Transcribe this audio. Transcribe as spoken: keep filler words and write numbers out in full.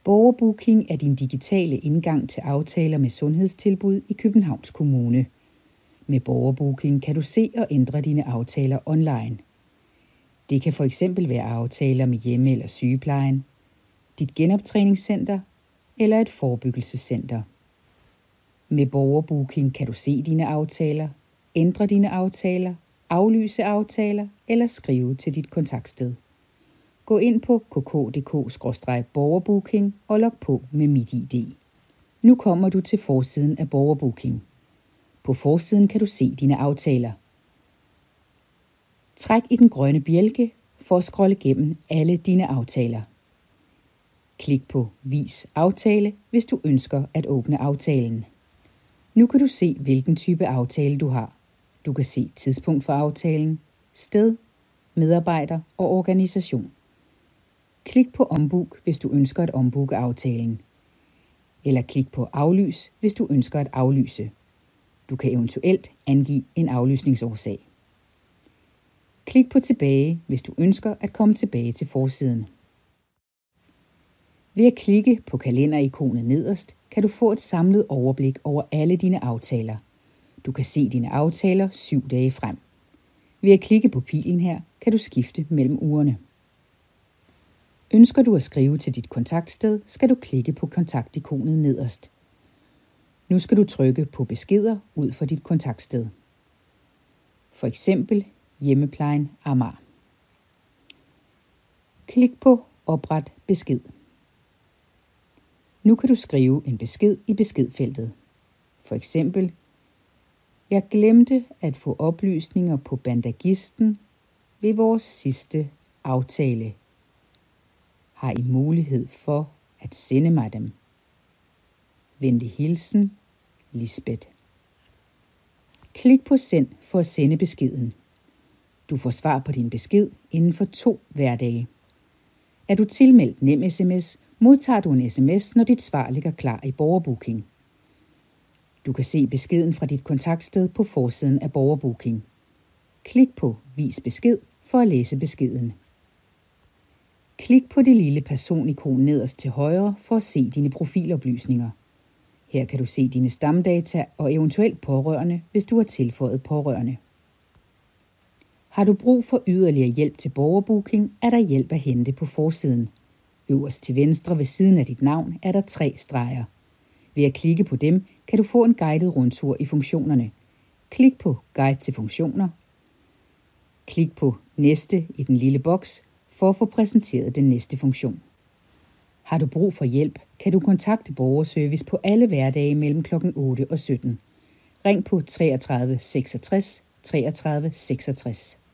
Borgerbooking er din digitale indgang til aftaler med sundhedstilbud i Københavns Kommune. Med Borgerbooking kan du se og ændre dine aftaler online. Det kan for eksempel være aftaler med hjemme- eller sygeplejen, dit genoptræningscenter eller et forebyggelsescenter. Med Borgerbooking kan du se dine aftaler, ændre dine aftaler, aflyse aftaler eller skrive til dit kontaktsted. Gå ind på k k punktum d k skråstreg borgerbooking og log på med MitID. Nu kommer du til forsiden af Borgerbooking. På forsiden kan du se dine aftaler. Træk i den grønne bjælke for at scrolle gennem alle dine aftaler. Klik på Vis aftale, hvis du ønsker at åbne aftalen. Nu kan du se, hvilken type aftale du har. Du kan se tidspunkt for aftalen, sted, medarbejder og organisation. Klik på Ombook, hvis du ønsker at ombooke aftalen. Eller klik på Aflys, hvis du ønsker at aflyse. Du kan eventuelt angive en aflysningsårsag. Klik på Tilbage, hvis du ønsker at komme tilbage til forsiden. Ved at klikke på kalenderikonet nederst, kan du få et samlet overblik over alle dine aftaler. Du kan se dine aftaler syv dage frem. Ved at klikke på pilen her, kan du skifte mellem ugerne. Ønsker du at skrive til dit kontaktsted, skal du klikke på kontaktikonet nederst. Nu skal du trykke på Beskeder ud for dit kontaktsted. For eksempel Hjemmeplejen Amager. Klik på Opret besked. Nu kan du skrive en besked i beskedfeltet. For eksempel: Jeg glemte at få oplysninger på bandagisten ved vores sidste aftale. Har I mulighed for at sende mig dem? Venlig hilsen, Lisbeth. Klik på Send for at sende beskeden. Du får svar på din besked inden for to hverdage. Er du tilmeldt NemSMS, modtager du en sms, når dit svar ligger klar i Borgerbooking. Du kan se beskeden fra dit kontaktsted på forsiden af Borgerbooking. Klik på Vis besked for at læse beskeden. Klik på det lille personikon nederst til højre for at se dine profiloplysninger. Her kan du se dine stamdata og eventuelt pårørende, hvis du har tilføjet pårørende. Har du brug for yderligere hjælp til Borgerbooking, er der hjælp at hente på forsiden. Øverst til venstre ved siden af dit navn er der tre streger. Ved at klikke på dem, kan du få en guidet rundtur i funktionerne. Klik på Guide til funktioner. Klik på Næste i den lille boks for at få præsenteret den næste funktion. Har du brug for hjælp, kan du kontakte borgerservice på alle hverdage mellem klokken otte og sytten. Ring på treogtredive seksogtres treogtredive seksogtres.